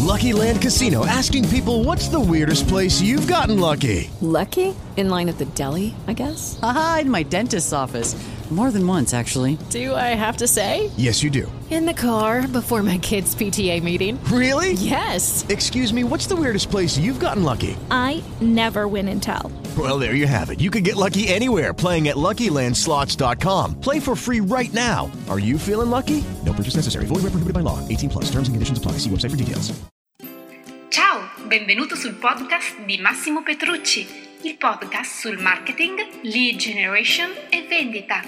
Lucky Land Casino, asking people, what's the weirdest place you've gotten lucky? Lucky? In line at the deli, I guess? Aha, in my dentist's office. More than once, actually. Do I have to say? Yes, you do. In the car before my kids' PTA meeting. Really? Yes. Excuse me, what's the weirdest place you've gotten lucky? I never win and tell. Well, there you have it. You can get lucky anywhere, playing at LuckyLandSlots.com. Play for free right now. Are you feeling lucky? No purchase necessary. Void where prohibited by law. 18+. Terms and conditions apply. See website for details. Ciao, benvenuto sul podcast di Massimo Petrucci, il podcast sul marketing, lead generation e vendita.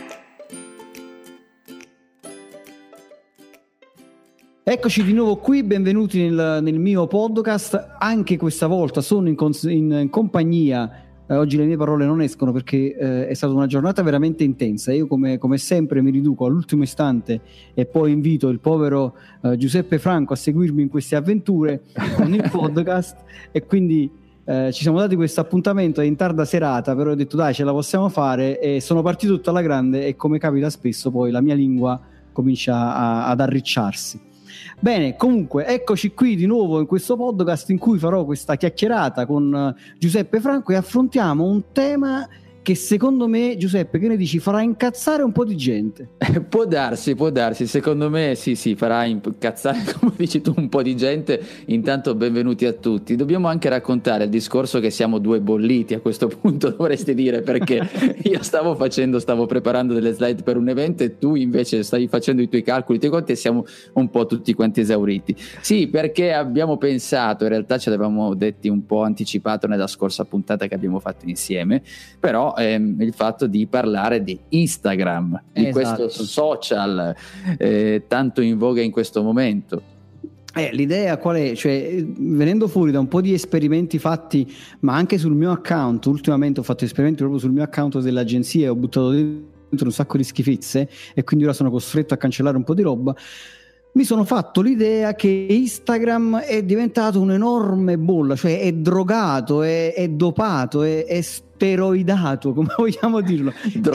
Eccoci di nuovo qui, benvenuti nel mio podcast. Anche questa volta sono in compagnia. Oggi le mie parole non escono perché è stata una giornata veramente intensa. Io come sempre mi riduco all'ultimo istante e poi invito il povero Giuseppe Franco a seguirmi in queste avventure con il podcast e quindi ci siamo dati questo appuntamento in tarda serata, però ho detto dai, ce la possiamo fare, e sono partito tutta alla grande e come capita spesso poi la mia lingua comincia ad arricciarsi. Bene, comunque eccoci qui di nuovo in questo podcast in cui farò questa chiacchierata con Giuseppe Franco e affrontiamo un tema che secondo me, Giuseppe, che ne dici, farà incazzare un po' di gente. Può darsi, secondo me sì, farà incazzare, come dici tu, un po' di gente. Intanto benvenuti a tutti. Dobbiamo anche raccontare il discorso che siamo due bolliti a questo punto, dovresti dire, perché io stavo preparando delle slide per un evento e tu invece stai facendo i tuoi calcoli, i tuoi conti, e siamo un po' tutti quanti esauriti. Sì, perché abbiamo pensato, in realtà ce l'avevamo detti un po' anticipato nella scorsa puntata che abbiamo fatto insieme, però il fatto di parlare di Instagram, di questo social tanto in voga in questo momento. L'idea qual è? Cioè, venendo fuori da un po' di esperimenti fatti, ma anche sul mio account, ultimamente ho fatto esperimenti proprio sul mio account dell'agenzia e ho buttato dentro un sacco di schifezze e quindi ora sono costretto a cancellare un po' di roba. Mi sono fatto l'idea che Instagram è diventato un'enorme bolla, cioè è drogato, è dopato, è steroidato, come vogliamo dirlo.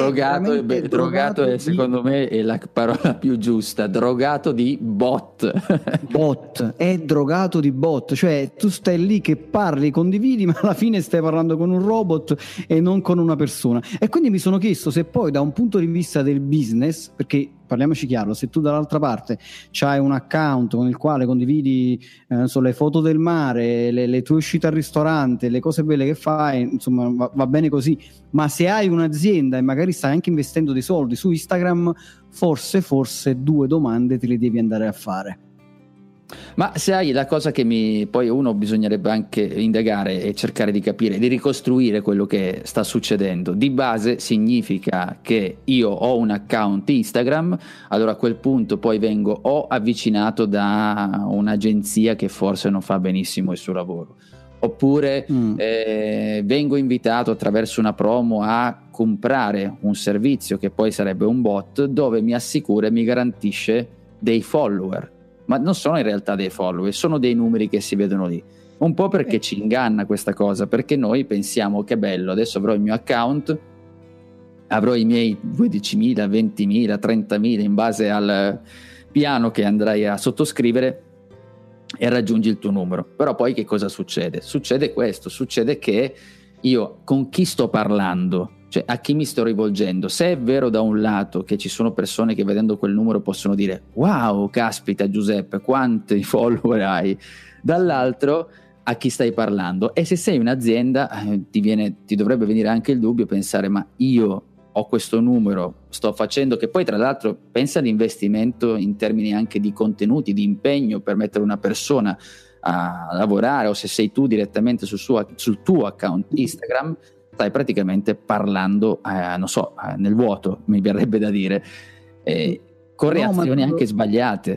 Drogato è, secondo me è la parola più giusta, drogato di bot. È drogato di bot, cioè tu stai lì che parli, condividi, ma alla fine stai parlando con un robot e non con una persona. E quindi mi sono chiesto se poi da un punto di vista del business, perché parliamoci chiaro, se tu dall'altra parte c'hai un account con il quale condividi le foto del mare, le tue uscite al ristorante, le cose belle che fai, insomma va bene così, ma se hai un'azienda e magari stai anche investendo dei soldi su Instagram, forse due domande te le devi andare a fare. Ma se hai la cosa che poi uno bisognerebbe anche indagare e cercare di capire, di ricostruire quello che sta succedendo. Di base significa che io ho un account Instagram, allora a quel punto poi vengo o avvicinato da un'agenzia che forse non fa benissimo il suo lavoro, oppure vengo invitato attraverso una promo a comprare un servizio che poi sarebbe un bot, dove mi assicura e mi garantisce dei follower. Ma non sono in realtà dei follower, sono dei numeri che si vedono lì. Un po' perché ci inganna questa cosa, perché noi pensiamo che bello, adesso avrò il mio account, avrò i miei 12.000, 20.000, 30.000 in base al piano che andrai a sottoscrivere e raggiungi il tuo numero. Però poi che cosa succede? Succede che io con chi sto parlando, cioè a chi mi sto rivolgendo? Se è vero da un lato che ci sono persone che vedendo quel numero possono dire wow, caspita Giuseppe, quanti follower hai, dall'altro a chi stai parlando. E se sei un'azienda ti dovrebbe venire anche il dubbio, pensare ma io ho questo numero, sto facendo, che poi tra l'altro pensa all'investimento in termini anche di contenuti, di impegno per mettere una persona a lavorare, o se sei tu direttamente sul tuo account Instagram stai praticamente parlando nel vuoto, mi verrebbe da dire, con reazioni anche sbagliate.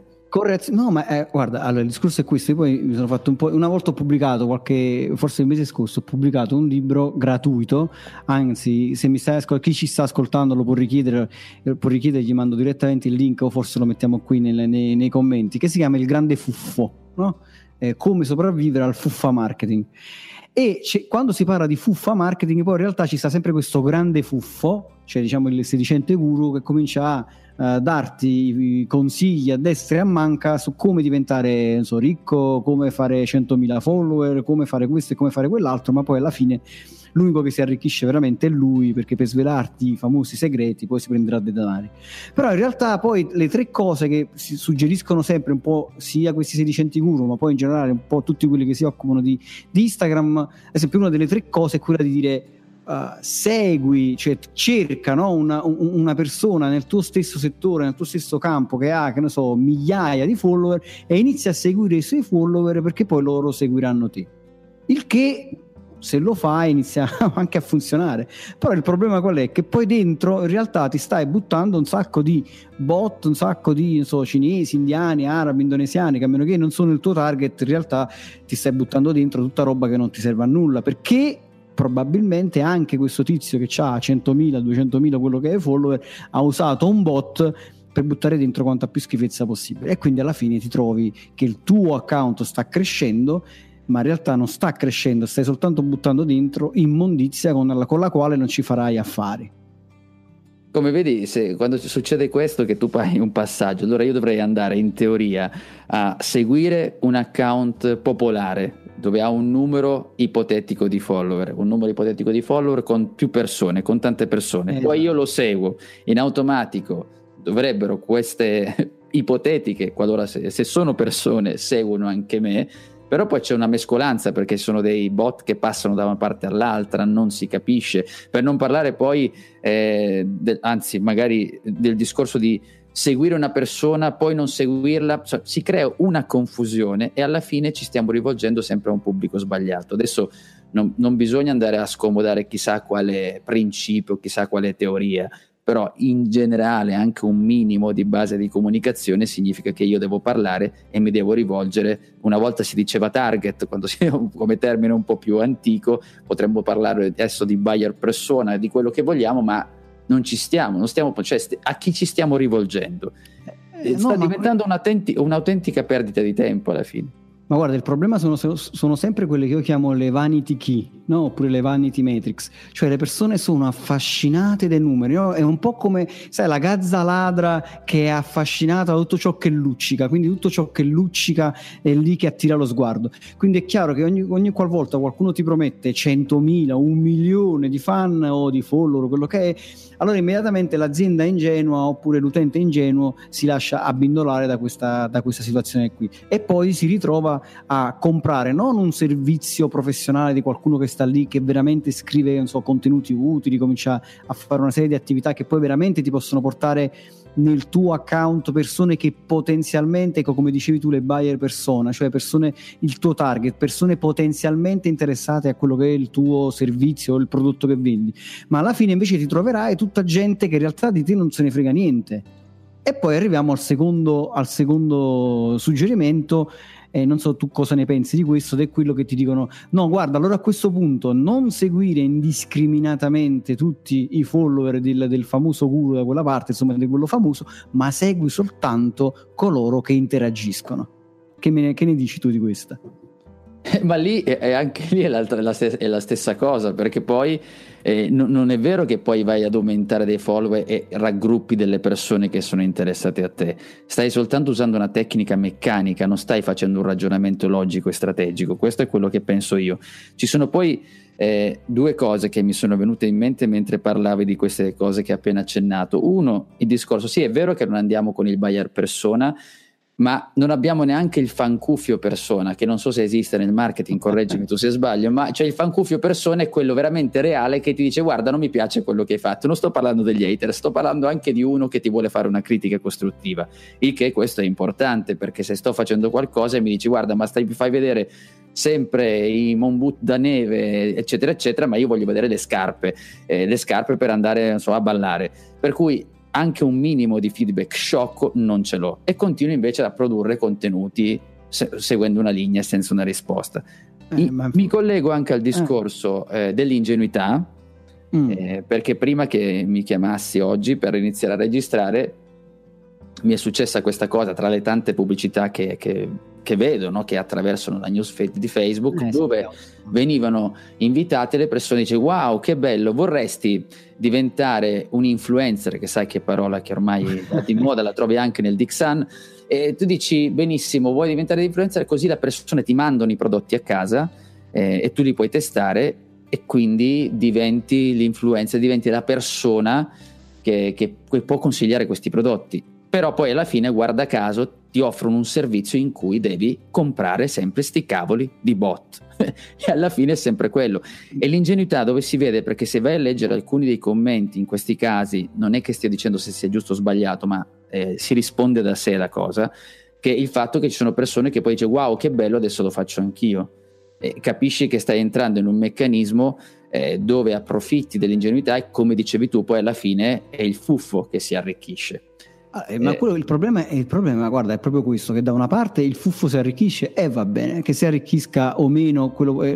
Guarda, allora il discorso è questo. Io poi mi sono fatto una volta ho pubblicato forse il mese scorso ho pubblicato un libro gratuito, anzi se chi ci sta ascoltando lo può richiedere, gli mando direttamente il link o forse lo mettiamo qui nei commenti, che si chiama Il Grande Fuffo, no? come sopravvivere al fuffa marketing. E quando si parla di fuffa marketing, poi in realtà ci sta sempre questo grande fuffo, cioè diciamo il sedicente guru, che comincia a darti consigli a destra e a manca su come diventare, non so, ricco, come fare 100.000 follower, come fare questo e come fare quell'altro, ma poi alla fine l'unico che si arricchisce veramente è lui, perché per svelarti i famosi segreti poi si prenderà dei denari. Però in realtà poi le tre cose che si suggeriscono sempre un po', sia questi sedicenti guru, ma poi in generale un po' tutti quelli che si occupano di Instagram, ad esempio una delle tre cose è quella di dire segui, cioè cerca, no, una persona nel tuo stesso settore, nel tuo stesso campo, che ha, che ne so, migliaia di follower, e inizia a seguire i suoi follower, perché poi loro seguiranno te. Il che, se lo fai, inizia anche a funzionare. Però il problema qual è? Che poi dentro in realtà ti stai buttando un sacco di bot, un sacco di, non so, cinesi, indiani, arabi, indonesiani, che a meno che non sono il tuo target, in realtà ti stai buttando dentro tutta roba che non ti serve a nulla, perché probabilmente anche questo tizio che ha 100.000, 200.000, quello che è follower, ha usato un bot per buttare dentro quanta più schifezza possibile, e quindi alla fine ti trovi che il tuo account sta crescendo, ma in realtà non sta crescendo, stai soltanto buttando dentro immondizia con la quale non ci farai affari. Come vedi, quando succede questo, che tu fai un passaggio, allora io dovrei andare in teoria a seguire un account popolare dove ha un numero ipotetico di follower, con più persone, con tante persone, poi io lo seguo in automatico. Dovrebbero queste ipotetiche, qualora se sono persone, seguono anche me. Però poi c'è una mescolanza, perché sono dei bot che passano da una parte all'altra, non si capisce, per non parlare poi anzi magari del discorso di seguire una persona, poi non seguirla, cioè, si crea una confusione e alla fine ci stiamo rivolgendo sempre a un pubblico sbagliato. Adesso non bisogna andare a scomodare chissà quale principio, chissà quale teoria, però in generale anche un minimo di base di comunicazione significa che io devo parlare e mi devo rivolgere. Una volta si diceva target, quando come termine un po' più antico, potremmo parlare adesso di buyer persona, di quello che vogliamo, ma non stiamo, cioè a chi ci stiamo rivolgendo? Sta diventando un'autentica perdita di tempo alla fine. Ma guarda, il problema sono sempre quelle che io chiamo le vanity key, no? Oppure le vanity metrics, cioè le persone sono affascinate dai numeri, no? È un po' come, sai, la gazza ladra che è affascinata da tutto ciò che luccica, quindi tutto ciò che luccica è lì che attira lo sguardo. Quindi è chiaro che ogni qualvolta qualcuno ti promette 100.000, 1 milione di fan o di follower, quello che è, allora immediatamente l'azienda ingenua oppure l'utente ingenuo si lascia abbindolare da questa situazione qui, e poi si ritrova a comprare non un servizio professionale di qualcuno che sta lì, che veramente scrive, non so, contenuti utili, comincia a fare una serie di attività che poi veramente ti possono portare nel tuo account persone che potenzialmente, come dicevi tu, le buyer persona, cioè persone, il tuo target, persone potenzialmente interessate a quello che è il tuo servizio o il prodotto che vendi, ma alla fine invece ti troverai tutta gente che in realtà di te non se ne frega niente. E poi arriviamo al secondo suggerimento, e non so tu cosa ne pensi di questo, ed è quello che ti dicono: no, guarda, allora a questo punto non seguire indiscriminatamente tutti i follower del famoso guru da quella parte, insomma di quello famoso, ma segui soltanto coloro che interagiscono. Che ne dici tu di questa? Ma lì anche lì è la stessa cosa, perché poi non è vero che poi vai ad aumentare dei follower e raggruppi delle persone che sono interessate a te. Stai soltanto usando una tecnica meccanica, non stai facendo un ragionamento logico e strategico. Questo è quello che penso io. Ci sono poi due cose che mi sono venute in mente mentre parlavi di queste cose che hai appena accennato. Uno, il discorso: sì, è vero che non andiamo con il buyer persona, ma non abbiamo neanche il fancuffio persona, che non so se esiste nel marketing, correggimi tu se sbaglio, ma cioè il fancuffio persona è quello veramente reale che ti dice: guarda, non mi piace quello che hai fatto. Non sto parlando degli hater, sto parlando anche di uno che ti vuole fare una critica costruttiva, il che questo è importante, perché se sto facendo qualcosa e mi dici: guarda, ma fai vedere sempre i mon boot da neve eccetera eccetera, ma io voglio vedere le scarpe per andare, non so, a ballare, per cui anche un minimo di feedback sciocco non ce l'ho, e continuo invece a produrre contenuti seguendo una linea senza una risposta. Mi collego anche al discorso dell'ingenuità, perché prima che mi chiamassi oggi per iniziare a registrare mi è successa questa cosa, tra le tante pubblicità che che vedo, no? Che attraversano la newsfeed di Facebook, dove venivano invitate le persone, dice wow che bello, vorresti diventare un influencer, che sai che parola che ormai è di moda, la trovi anche nel Dixan, e tu dici benissimo, vuoi diventare influencer, così le persone ti mandano i prodotti a casa e tu li puoi testare e quindi diventi l'influencer, diventi la persona che può consigliare questi prodotti. Però poi alla fine, guarda caso, ti offrono un servizio in cui devi comprare sempre sti cavoli di bot e alla fine è sempre quello. E l'ingenuità dove si vede, perché se vai a leggere alcuni dei commenti in questi casi, non è che stia dicendo se sia giusto o sbagliato, ma si risponde da sé la cosa, che il fatto che ci sono persone che poi dice wow che bello, adesso lo faccio anch'io, e capisci che stai entrando in un meccanismo dove approfitti dell'ingenuità e, come dicevi tu, poi alla fine è il fuffo che si arricchisce. Ma il problema, guarda, è proprio questo, che da una parte il fuffo si arricchisce e va bene, che si arricchisca o meno,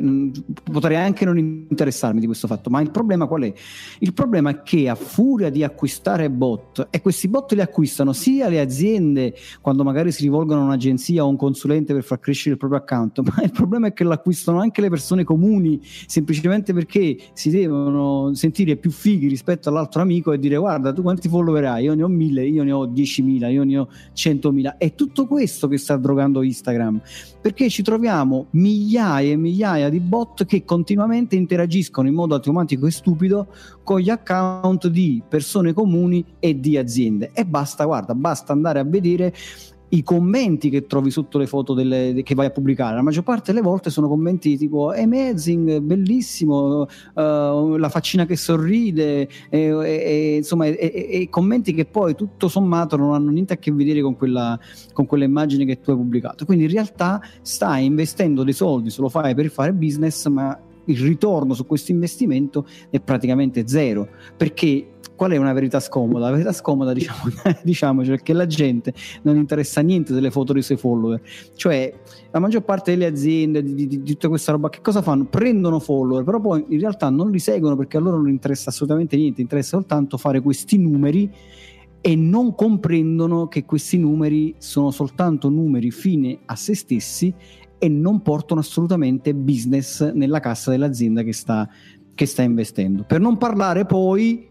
potrei anche non interessarmi di questo fatto, ma il problema qual è? Il problema è che a furia di acquistare bot, e questi bot li acquistano sia le aziende quando magari si rivolgono a un'agenzia o un consulente per far crescere il proprio account, ma il problema è che l'acquistano anche le persone comuni, semplicemente perché si devono sentire più fighi rispetto all'altro amico e dire guarda tu quanti follower hai, io ne ho 1000, io ne ho 10.000, io ne ho 100.000. È tutto questo che sta drogando Instagram, perché ci troviamo migliaia e migliaia di bot che continuamente interagiscono in modo automatico e stupido con gli account di persone comuni e di aziende. E basta andare a vedere i commenti che trovi sotto le foto che vai a pubblicare. La maggior parte delle volte sono commenti tipo amazing, bellissimo, la faccina che sorride, insomma, commenti che poi tutto sommato non hanno niente a che vedere con quella immagine che tu hai pubblicato. Quindi in realtà stai investendo dei soldi, se lo fai per fare business, ma il ritorno su questo investimento è praticamente zero, perché qual è una verità scomoda? La verità scomoda, diciamoci, è che la gente non interessa niente delle foto dei suoi follower, cioè la maggior parte delle aziende di tutta questa roba che cosa fanno? Prendono follower, però poi in realtà non li seguono, perché a loro non interessa assolutamente niente, interessa soltanto fare questi numeri e non comprendono che questi numeri sono soltanto numeri fine a se stessi e non portano assolutamente business nella cassa dell'azienda che sta investendo. Per non parlare poi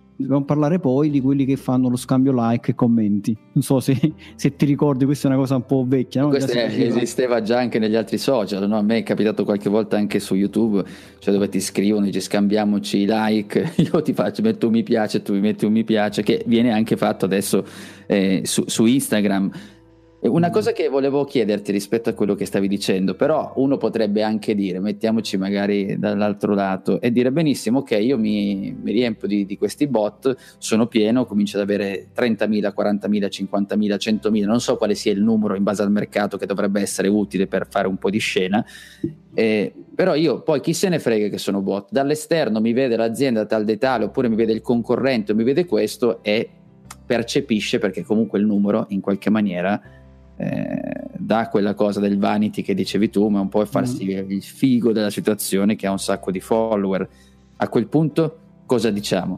di quelli che fanno lo scambio like e commenti. Non so se ti ricordi, questa è una cosa un po' vecchia, no? Questo esisteva già anche negli altri social, no? A me è capitato qualche volta anche su YouTube, cioè dove ti scrivono, dice scambiamoci i like, io ti metto un mi piace, tu mi metti un mi piace, che viene anche fatto adesso su Instagram. Una cosa che volevo chiederti rispetto a quello che stavi dicendo, però uno potrebbe anche dire, mettiamoci magari dall'altro lato e dire benissimo, ok, io mi riempio di questi bot, sono pieno, comincio ad avere 30.000, 40.000, 50.000, 100.000, non so quale sia il numero in base al mercato che dovrebbe essere utile per fare un po' di scena, però io poi chi se ne frega che sono bot, dall'esterno mi vede l'azienda tal dei tale, oppure mi vede il concorrente o mi vede questo e percepisce, perché comunque il numero in qualche maniera dà quella cosa del vanity che dicevi tu, ma un po' è farsi il figo della situazione che ha un sacco di follower. A quel punto cosa diciamo?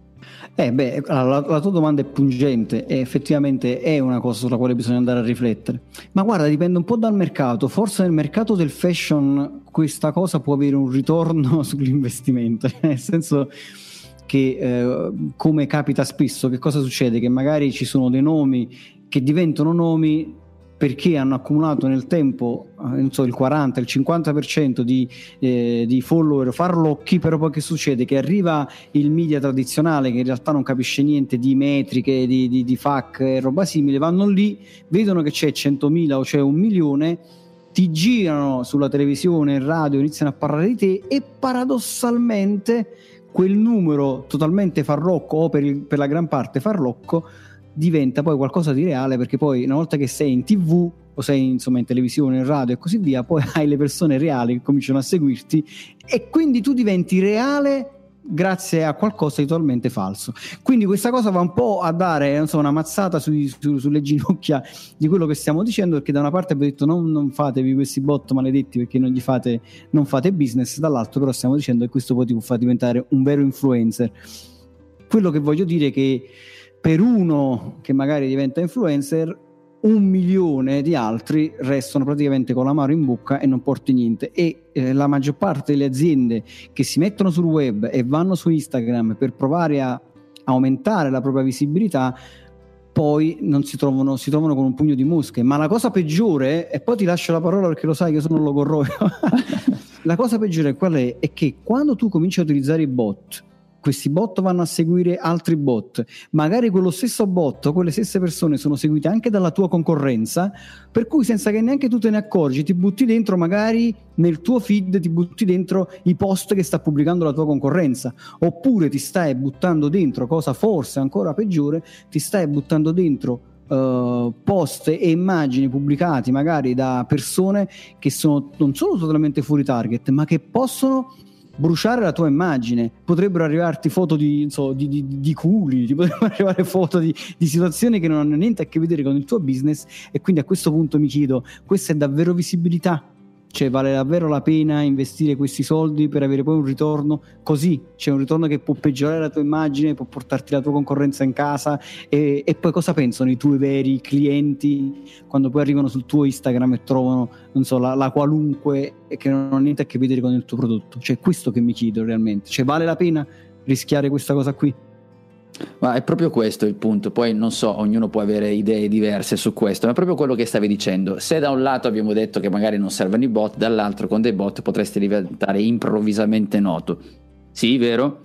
La tua domanda è pungente e effettivamente è una cosa sulla quale bisogna andare a riflettere, ma guarda, dipende un po' dal mercato. Forse nel mercato del fashion questa cosa può avere un ritorno sull'investimento, nel senso che come capita spesso, che cosa succede? Che magari ci sono dei nomi che diventano nomi perché hanno accumulato nel tempo non so, il 40, il 50% di follower farlocchi, però poi che succede? Che arriva il media tradizionale che in realtà non capisce niente di metriche, di FAQ e roba simile, vanno lì, vedono che c'è 100.000 o c'è 1 milione, ti girano sulla televisione, in radio, iniziano a parlare di te e paradossalmente quel numero totalmente farlocco o per la gran parte farlocco diventa poi qualcosa di reale, perché poi una volta che sei in TV o sei insomma in televisione, in radio e così via, poi hai le persone reali che cominciano a seguirti e quindi tu diventi reale grazie a qualcosa di totalmente falso. Quindi questa cosa va un po' a dare una mazzata sulle ginocchia di quello che stiamo dicendo, perché da una parte abbiamo detto non fatevi questi bot maledetti perché non fate business, dall'altro però stiamo dicendo che questo poi ti può far diventare un vero influencer. Quello che voglio dire è che per uno che magari diventa influencer 1 milione di altri restano praticamente con l'amaro in bocca e non porti niente. E la maggior parte delle aziende che si mettono sul web e vanno su Instagram per provare a aumentare la propria visibilità, poi non si trovano con un pugno di mosche. Ma la cosa peggiore, e poi ti lascio la parola perché lo sai che io sono un logorroio, la cosa peggiore qual è? È che quando tu cominci a utilizzare i bot, questi bot vanno a seguire altri bot, magari quello stesso bot, quelle stesse persone sono seguite anche dalla tua concorrenza, per cui senza che neanche tu te ne accorgi ti butti dentro, magari nel tuo feed ti butti dentro i post che sta pubblicando la tua concorrenza, oppure ti stai buttando dentro, cosa forse ancora peggiore, ti stai buttando dentro post e immagini pubblicati magari da persone che non sono totalmente fuori target, ma che possono bruciare la tua immagine. Potrebbero arrivarti foto di culi, ti potrebbero arrivare foto di situazioni che non hanno niente a che vedere con il tuo business. E quindi a questo punto mi chiedo, questa è davvero visibilità? Cioè vale davvero la pena investire questi soldi per avere poi un ritorno così? C'è un ritorno che può peggiorare la tua immagine, può portarti la tua concorrenza in casa, e poi cosa pensano i tuoi veri clienti quando poi arrivano sul tuo Instagram e trovano, non so, la qualunque che non ha niente a che vedere con il tuo prodotto? Cioè questo che mi chiedo realmente, cioè vale la pena rischiare questa cosa qui? Ma è proprio questo il punto. Poi non so, ognuno può avere idee diverse su questo, ma è proprio quello che stavi dicendo. Se da un lato abbiamo detto che magari non servono i bot, dall'altro con dei bot potresti diventare improvvisamente noto. Sì, vero?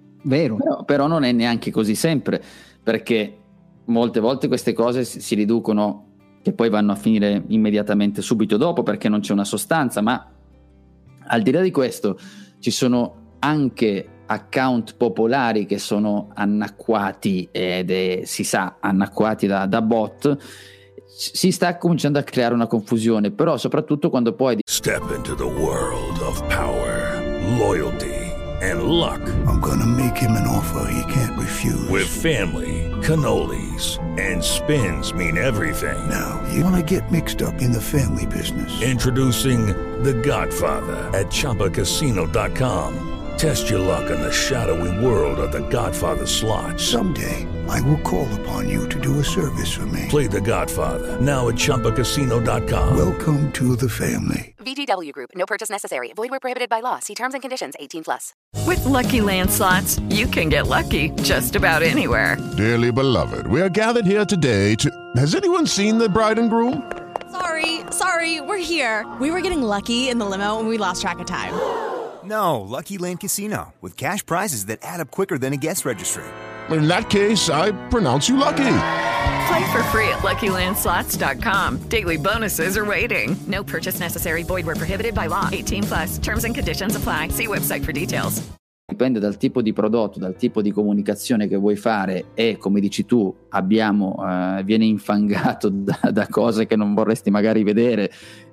Però non è neanche così sempre, perché molte volte queste cose si riducono, che poi vanno a finire immediatamente subito dopo perché non c'è una sostanza. Ma al di là di questo ci sono anche account popolari che sono annacquati, si sa, annacquati da bot. Si sta cominciando a creare una confusione, però soprattutto quando poi Step into the world of power, loyalty and luck. I'm gonna make him an offer he can't refuse. With family, cannolis and spins mean everything. Now, you wanna get mixed up in the family business. Introducing The Godfather at ChumbaCasino.com. Test your luck in the shadowy world of The Godfather slot. Someday, I will call upon you to do a service for me. Play The Godfather, now at ChumbaCasino.com. Welcome to the family. VGW Group. No purchase necessary. Void where prohibited by law. See terms and conditions. 18+. With Lucky Land Slots, you can get lucky just about anywhere. Dearly beloved, we are gathered here today to... Has anyone seen the bride and groom? Sorry, we're here. We were getting lucky in the limo and we lost track of time. No, Lucky Land Casino, with cash prizes that add up quicker than a guest registry. In that case, I pronounce you lucky. Play for free at LuckyLandSlots.com. Daily bonuses are waiting. No purchase necessary. Void where prohibited by law. 18+. Terms and conditions apply. See website for details. Dipende dal tipo di prodotto, dal tipo di comunicazione che vuoi fare, e come dici tu viene infangato da cose che non vorresti magari vedere.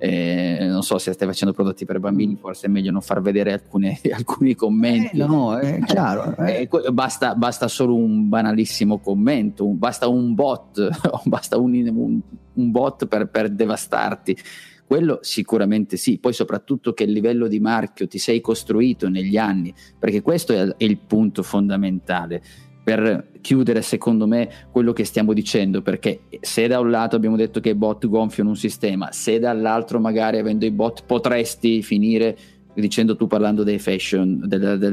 Non so, se stai facendo prodotti per bambini forse è meglio non far vedere alcuni commenti. No, è chiaro. Basta solo un banalissimo commento, basta un bot basta un bot per devastarti. Quello sicuramente sì. Poi soprattutto che livello di marchio ti sei costruito negli anni, perché questo è il punto fondamentale per chiudere, secondo me, quello che stiamo dicendo. Perché se da un lato abbiamo detto che i bot gonfiano un sistema, se dall'altro magari avendo i bot potresti finire dicendo, tu parlando dei fashion,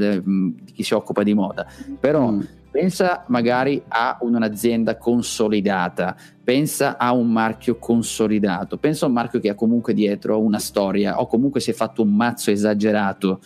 di chi si occupa di moda, però pensa magari a un'azienda consolidata, pensa a un marchio consolidato, pensa a un marchio che ha comunque dietro una storia, o comunque si è fatto un mazzo esagerato,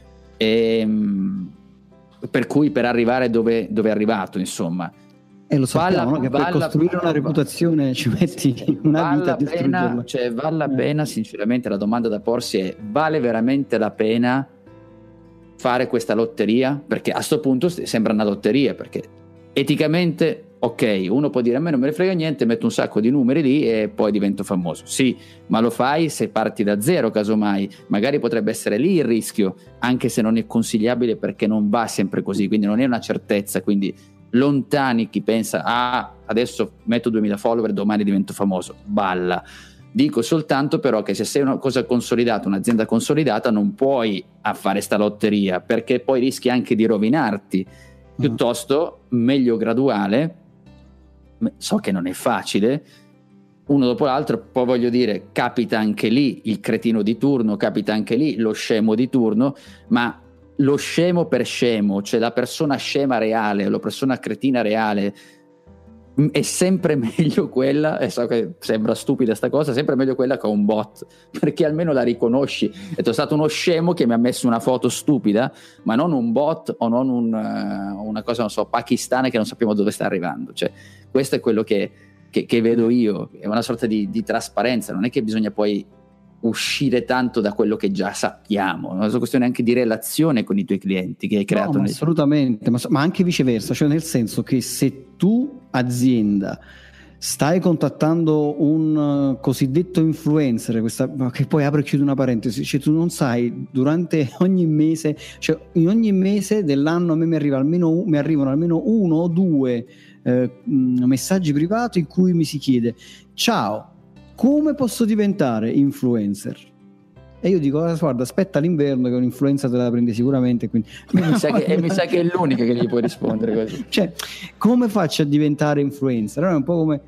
per cui per arrivare dove è arrivato, insomma. E lo sappiamo, che per costruire una reputazione ci metti una vita a distruggerla. Vale la pena, sinceramente, la domanda da porsi è: vale veramente la pena fare questa lotteria? Perché a sto punto sembra una lotteria, perché eticamente, ok, uno può dire a me non me ne frega niente, metto un sacco di numeri lì e poi divento famoso. Sì, ma lo fai se parti da zero, casomai. Magari potrebbe essere lì il rischio, anche se non è consigliabile, perché non va sempre così, quindi non è una certezza. Quindi lontani chi pensa, adesso metto 2000 follower, domani divento famoso. Balla. Dico soltanto però che se sei una cosa consolidata, un'azienda consolidata, non puoi fare sta lotteria, perché poi rischi anche di rovinarti. Piuttosto meglio graduale. So che non è facile, uno dopo l'altro. Poi voglio dire, capita anche lì il cretino di turno, capita anche lì lo scemo di turno, ma lo scemo per scemo, cioè la persona scema reale, la persona cretina reale, è sempre meglio quella, e so che sembra stupida sta cosa, sempre meglio quella che un bot, perché almeno la riconosci. È stato uno scemo che mi ha messo una foto stupida, ma non un bot o non una cosa, non so, pakistana che non sappiamo dove sta arrivando. Cioè, questo è quello che vedo io, è una sorta di trasparenza. Non è che bisogna poi uscire tanto da quello che già sappiamo, è una questione anche di relazione con i tuoi clienti che hai creato. No, assolutamente, ma anche viceversa, cioè nel senso che se tu azienda stai contattando un cosiddetto influencer, che poi apre e chiude una parentesi, cioè tu non sai, durante ogni mese, cioè in ogni mese dell'anno a me mi arrivano almeno 1 o 2 messaggi privati in cui mi si chiede: ciao, come posso diventare influencer? E io dico: guarda, aspetta l'inverno che un'influenza te la prende sicuramente, quindi... mi sa che è l'unica che gli puoi rispondere così. Cioè, come faccio a diventare influencer? Allora è un po' come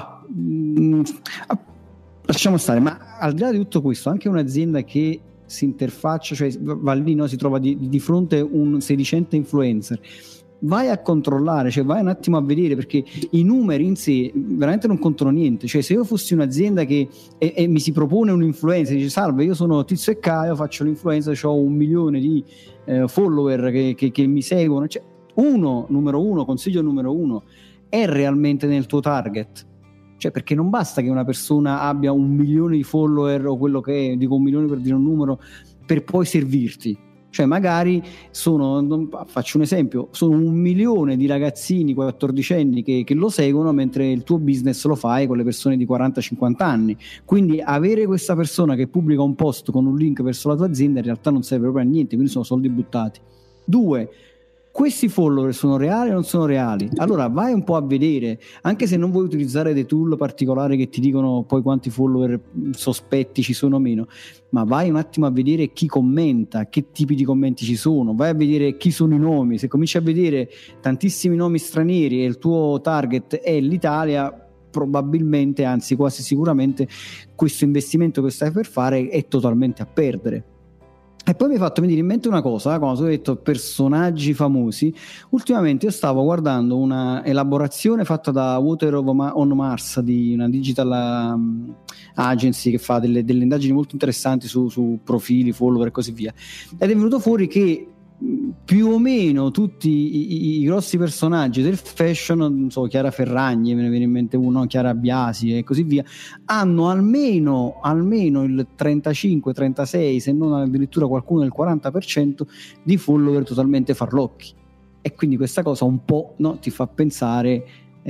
lasciamo stare. Ma al di là di tutto questo, anche un'azienda che si interfaccia, cioè va lì, no, si trova di fronte un sedicente influencer, vai a controllare, cioè vai un attimo a vedere, perché i numeri in sé veramente non contano niente. Cioè, se io fossi un'azienda che e mi si propone un influencer, dice: salve, io sono Tizio e Caio, faccio l'influencer, ho 1 milione di follower che mi seguono, cioè, numero uno, consiglio numero 1, è realmente nel tuo target. Cioè, perché non basta che una persona abbia 1 milione di follower, o quello che è, dico 1 milione per dire un numero, per poi servirti. Cioè, magari faccio un esempio, sono 1 milione di ragazzini 14enni che lo seguono, mentre il tuo business lo fai con le persone di 40-50 anni. Quindi avere questa persona che pubblica un post con un link verso la tua azienda in realtà non serve proprio a niente, quindi sono soldi buttati. 2, questi follower sono reali o non sono reali? Allora vai un po' a vedere, anche se non vuoi utilizzare dei tool particolari che ti dicono poi quanti follower sospetti ci sono o meno, ma vai un attimo a vedere chi commenta, che tipi di commenti ci sono, vai a vedere chi sono i nomi. Se cominci a vedere tantissimi nomi stranieri e il tuo target è l'Italia, probabilmente, anzi quasi sicuramente, questo investimento che stai per fare è totalmente a perdere. E poi mi è fatto venire in mente una cosa, quando ho detto personaggi famosi. Ultimamente io stavo guardando una elaborazione fatta da Water on Mars, di una digital agency che fa delle indagini molto interessanti su profili, follower e così via, ed è venuto fuori che più o meno tutti i grossi personaggi del fashion, non so, Chiara Ferragni, me ne viene in mente uno, Chiara Biasi e così via, hanno almeno il 35-36, se non addirittura qualcuno il 40% di follower totalmente farlocchi. E quindi questa cosa un po', no, ti fa pensare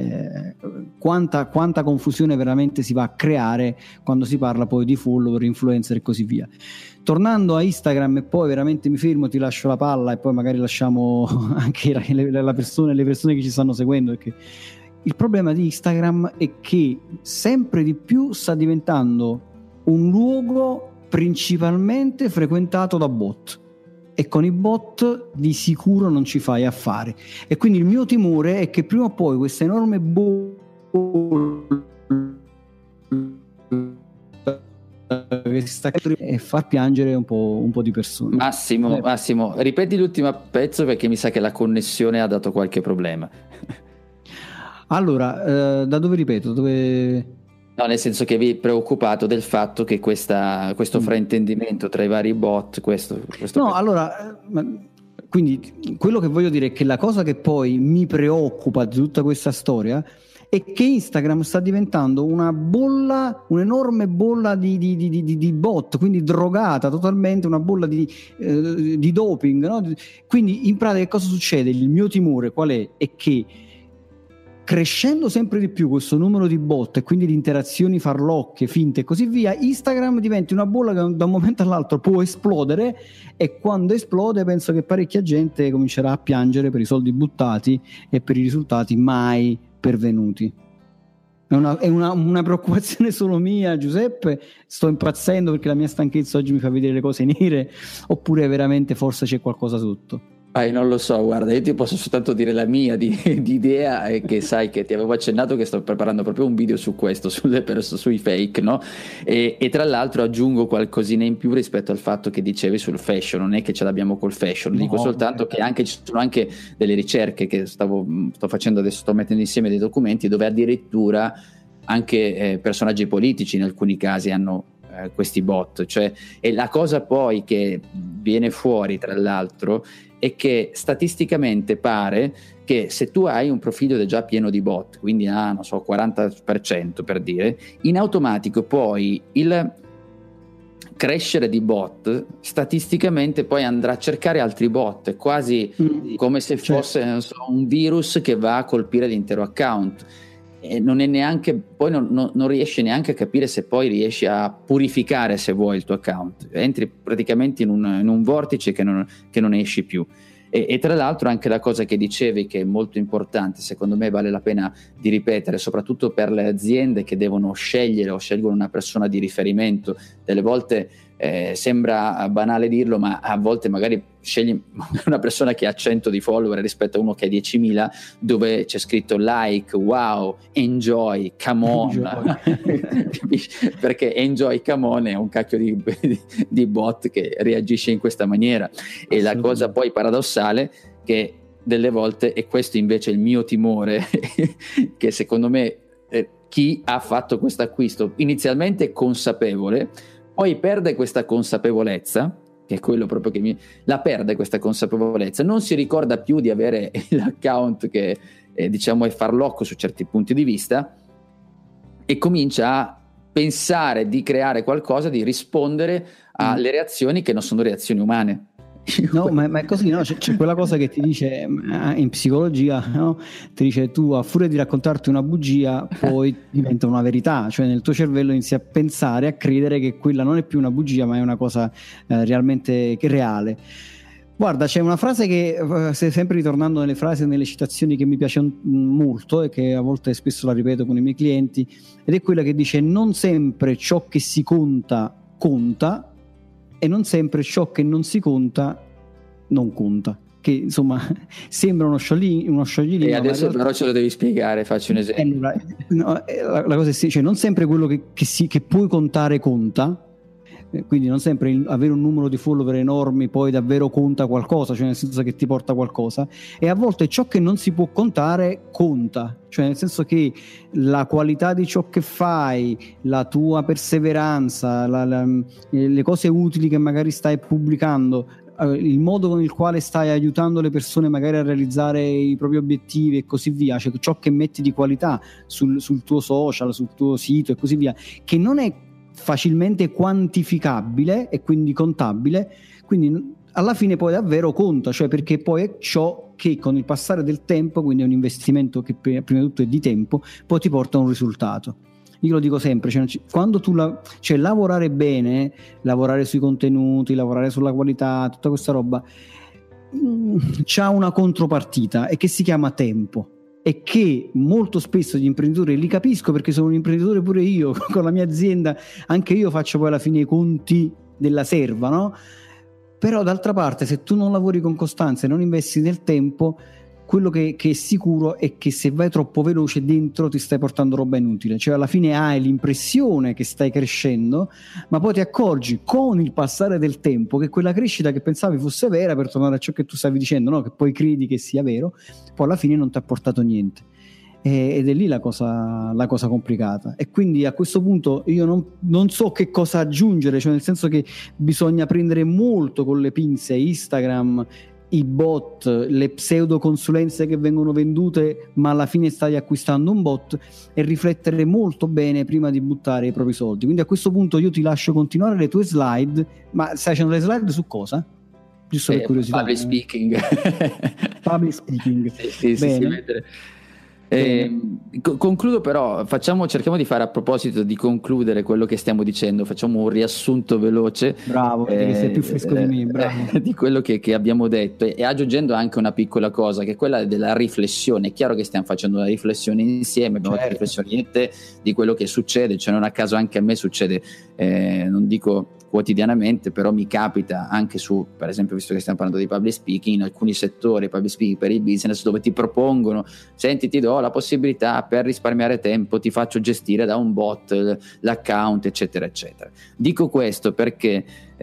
quanta confusione veramente si va a creare quando si parla poi di follower, influencer e così via. Tornando a Instagram, e poi veramente mi fermo, ti lascio la palla e poi magari lasciamo anche le persone che ci stanno seguendo, perché il problema di Instagram è che sempre di più sta diventando un luogo principalmente frequentato da bot, e con i bot di sicuro non ci fai affari. E quindi il mio timore è che prima o poi questa enorme che sta e far piangere un po' di persone. Massimo, ripeti l'ultimo pezzo, perché mi sa che la connessione ha dato qualche problema. Allora, da dove ripeto? No, nel senso che vi è preoccupato del fatto che questo fraintendimento tra i vari bot, questo no, allora, quindi quello che voglio dire è che la cosa che poi mi preoccupa di tutta questa storia è che Instagram sta diventando un'enorme bolla di bot, quindi drogata totalmente, una bolla di doping, no? Quindi in pratica che cosa succede? Il mio timore qual è? È che crescendo sempre di più questo numero di bot e quindi di interazioni farlocche, finte e così via, Instagram diventi una bolla che da un momento all'altro può esplodere, e quando esplode penso che parecchia gente comincerà a piangere per i soldi buttati e per i risultati mai pervenuti. È una preoccupazione solo mia, Giuseppe? Sto impazzendo perché la mia stanchezza oggi mi fa vedere le cose nere, oppure veramente forse c'è qualcosa sotto? Non lo so, guarda, io ti posso soltanto dire la mia di idea, e che sai che ti avevo accennato che sto preparando proprio un video su questo, sui fake, no? E tra l'altro aggiungo qualcosina in più rispetto al fatto che dicevi sul fashion. Non è che ce l'abbiamo col fashion, dico soltanto che ci sono anche delle ricerche che sto facendo adesso, sto mettendo insieme dei documenti dove addirittura anche personaggi politici in alcuni casi hanno questi bot, cioè, e la cosa poi che viene fuori tra l'altro è che statisticamente pare che se tu hai un profilo già pieno di bot, quindi non so 40% per dire, in automatico poi il crescere di bot statisticamente poi andrà a cercare altri bot, è quasi come se fosse un virus che va a colpire l'intero account. E non è neanche, poi non riesci neanche a capire se poi riesci a purificare, se vuoi, il tuo account. Entri praticamente in un vortice che non esci più. E tra l'altro anche la cosa che dicevi, che è molto importante, secondo me vale la pena di ripetere, soprattutto per le aziende che devono scegliere o scelgono una persona di riferimento. Delle volte sembra banale dirlo, ma a volte magari scegli una persona che ha 100 di follower rispetto a uno che ha 10.000, dove c'è scritto like, wow, enjoy, come on. Perché enjoy, come on è un cacchio di bot che reagisce in questa maniera. E la cosa poi paradossale che delle volte, e questo invece è il mio timore, che secondo me chi ha fatto questo acquisto inizialmente consapevole, poi perde questa consapevolezza, che è quello proprio che la perde questa consapevolezza, non si ricorda più di avere l'account che diciamo è farlocco su certi punti di vista, e comincia a pensare di creare qualcosa, di rispondere alle reazioni che non sono reazioni umane. No, ma è così, no? C'è quella cosa che ti dice in psicologia, no? Ti dice, tu a furia di raccontarti una bugia poi diventa una verità, cioè nel tuo cervello inizi a pensare, a credere che quella non è più una bugia ma è una cosa realmente reale. Guarda, c'è una frase che stai sempre ritornando nelle frasi e nelle citazioni che mi piace molto e che a volte spesso la ripeto con i miei clienti, ed è quella che dice: non sempre ciò che si conta conta, e non sempre ciò che non si conta non conta. Che insomma sembra uno scioglilingua. E adesso però ce lo devi spiegare, faccio un esempio. La cosa è cioè, non sempre quello che puoi contare conta, quindi non sempre avere un numero di follower enormi poi davvero conta qualcosa, cioè nel senso che ti porta qualcosa, e a volte ciò che non si può contare conta, cioè nel senso che la qualità di ciò che fai, la tua perseveranza, le cose utili che magari stai pubblicando, il modo con il quale stai aiutando le persone magari a realizzare i propri obiettivi e così via, cioè ciò che metti di qualità sul tuo social, sul tuo sito e così via, che non è facilmente quantificabile e quindi contabile, quindi alla fine poi davvero conta, cioè perché poi è ciò che con il passare del tempo, quindi è un investimento che prima di tutto è di tempo, poi ti porta a un risultato. Io lo dico sempre, cioè, quando tu lavorare bene, lavorare sui contenuti, lavorare sulla qualità, tutta questa roba c'ha una contropartita, e che si chiama tempo, e che molto spesso gli imprenditori, li capisco perché sono un imprenditore pure io, con la mia azienda anche io faccio poi alla fine i conti della serva, no? Però d'altra parte, se tu non lavori con costanza e non investi nel tempo, quello che è sicuro è che se vai troppo veloce dentro ti stai portando roba inutile, cioè alla fine hai l'impressione che stai crescendo, ma poi ti accorgi con il passare del tempo che quella crescita che pensavi fosse vera, per tornare a ciò che tu stavi dicendo, no? Che poi credi che sia vero, poi alla fine non ti ha portato niente, ed è lì la cosa complicata. E quindi a questo punto io non so che cosa aggiungere, cioè nel senso che bisogna prendere molto con le pinze Instagram, i bot, le pseudo consulenze che vengono vendute ma alla fine stai acquistando un bot, e riflettere molto bene prima di buttare i propri soldi. Quindi a questo punto io ti lascio continuare le tue slide. Ma stai facendo le slide su cosa? Giusto per curiosità. Public speaking. Public speaking. Sì, concludo, però cerchiamo di fare, a proposito di concludere quello che stiamo dicendo, facciamo un riassunto veloce. Bravo, che sei più fresco di me, bravo. Di quello che abbiamo detto, e aggiungendo anche una piccola cosa, che è quella della riflessione. È chiaro che stiamo facendo una riflessione insieme, abbiamo fatto riflessioni di quello che succede, cioè non a caso anche a me succede, non dico quotidianamente, però mi capita anche su, per esempio, visto che stiamo parlando di public speaking, in alcuni settori public speaking per il business, dove ti propongono: senti, ti do la possibilità, per risparmiare tempo ti faccio gestire da un bot l'account, eccetera eccetera. Dico questo perché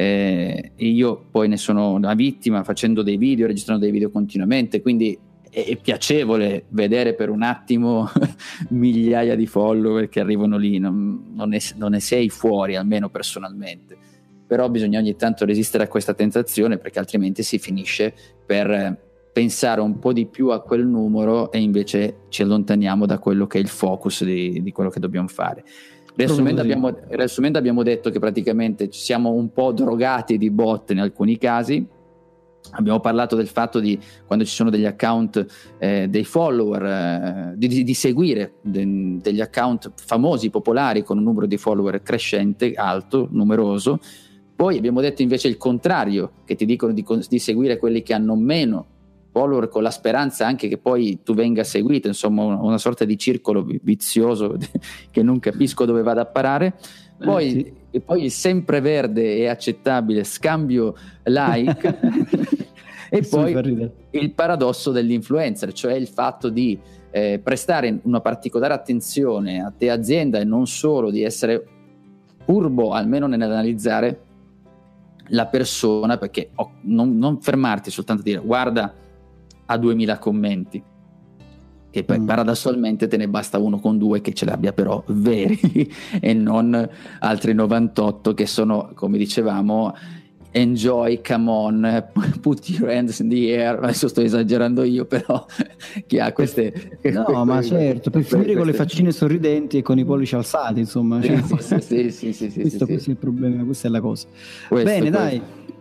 io poi ne sono una vittima, facendo dei video, registrando dei video continuamente, quindi è piacevole vedere per un attimo migliaia di follower che arrivano lì, non ne sei fuori, almeno personalmente. Però bisogna ogni tanto resistere a questa tentazione, perché altrimenti si finisce per pensare un po' di più a quel numero e invece ci allontaniamo da quello che è il focus di quello che dobbiamo fare. Riassumendo, abbiamo detto che praticamente siamo un po' drogati di bot in alcuni casi. Abbiamo parlato del fatto di, quando ci sono degli account, dei follower, di seguire degli account famosi, popolari, con un numero di follower crescente, alto, numeroso. Poi abbiamo detto invece il contrario, che ti dicono di seguire quelli che hanno meno follower, con la speranza anche che poi tu venga seguito, insomma una sorta di circolo vizioso che non capisco dove vada a parare. Poi, sì. E poi il sempreverde e accettabile scambio like e poi il paradosso dell'influencer, cioè il fatto di prestare una particolare attenzione a te azienda, e non solo di essere furbo almeno nell'analizzare la persona, perché non fermarti soltanto a dire guarda, ha 2000 commenti, che poi paradossalmente te ne basta uno con 2 che ce l'abbia però veri e non altri 98 che sono, come dicevamo, enjoy, come on, put your hands in the air. Adesso sto esagerando io, però chi ha queste ma certo, per finire con le faccine sorridenti e con i pollici alzati, insomma, sì, questo è il problema, questa è la cosa. Bene, dai,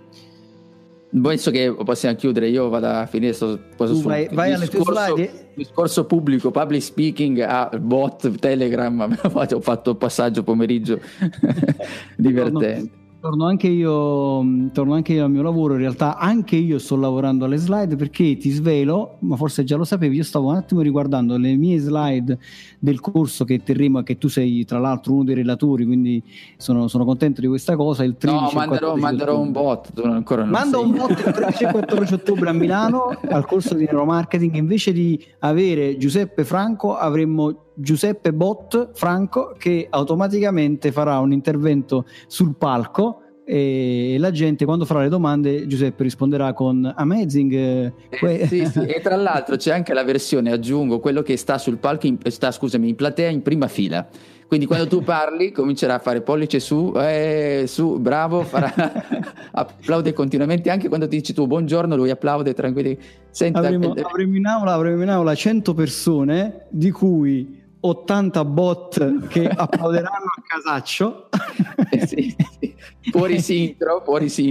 penso che possiamo chiudere. Io vado a finire vai alle tue slide. Discorso pubblico, public speaking a bot Telegram. Ho fatto passaggio pomeriggio divertente. Torno anche io al mio lavoro. In realtà anche io sto lavorando alle slide, perché ti svelo, ma forse già lo sapevi, io stavo un attimo riguardando le mie slide del corso che terremo, e che tu sei tra l'altro uno dei relatori, quindi sono contento di questa cosa. Il 13 manderò un bot, tu ancora non manda sei. Un bot il 13 e 14 ottobre a Milano al corso di neuromarketing. Invece di avere Giuseppe Franco avremmo Giuseppe Bot Franco, che automaticamente farà un intervento sul palco, e la gente, quando farà le domande, Giuseppe risponderà con amazing. Sì. E tra l'altro c'è anche la versione, aggiungo, quello che sta sul palco, in platea in prima fila. Quindi quando tu parli comincerà a fare pollice su, bravo, applaude continuamente, anche quando ti dici tu buongiorno lui applaude tranquilli. Avremo in aula 100 persone, di cui 80 bot che applauderanno a casaccio. Sì. Fuori sincro,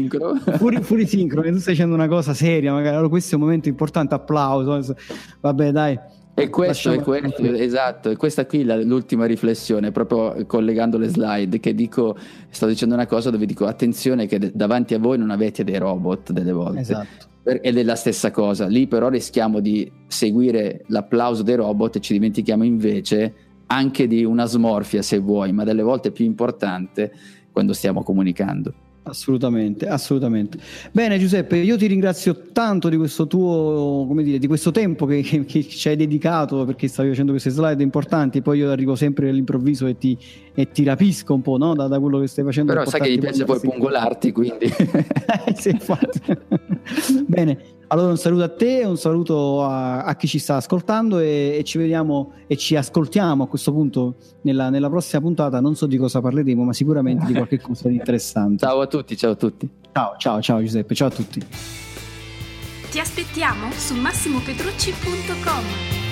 che tu stai facendo una cosa seria, magari allora questo è un momento importante, applauso, vabbè dai. E questo, esatto, e questa qui l'ultima riflessione, proprio collegando le slide, che sto dicendo una cosa dove dico attenzione che davanti a voi non avete dei robot delle volte. Esatto. Ed è la stessa cosa, lì però rischiamo di seguire l'applauso dei robot e ci dimentichiamo invece anche di una smorfia, se vuoi, ma delle volte più importante quando stiamo comunicando. Assolutamente. Bene Giuseppe, io ti ringrazio tanto di questo tuo, di questo tempo che ci hai dedicato, perché stavi facendo queste slide importanti. Poi io arrivo sempre all'improvviso e ti rapisco un po', no? da quello che stai facendo. Però sai che gli piace poi pungolarti, quindi sì, infatti. Bene, allora un saluto a te, un saluto a chi ci sta ascoltando, e ci vediamo e ci ascoltiamo a questo punto nella prossima puntata. Non so di cosa parleremo, ma sicuramente di qualche cosa di interessante. Ciao a tutti. Ciao Giuseppe, ciao a tutti. Ti aspettiamo su massimopetrucci.com.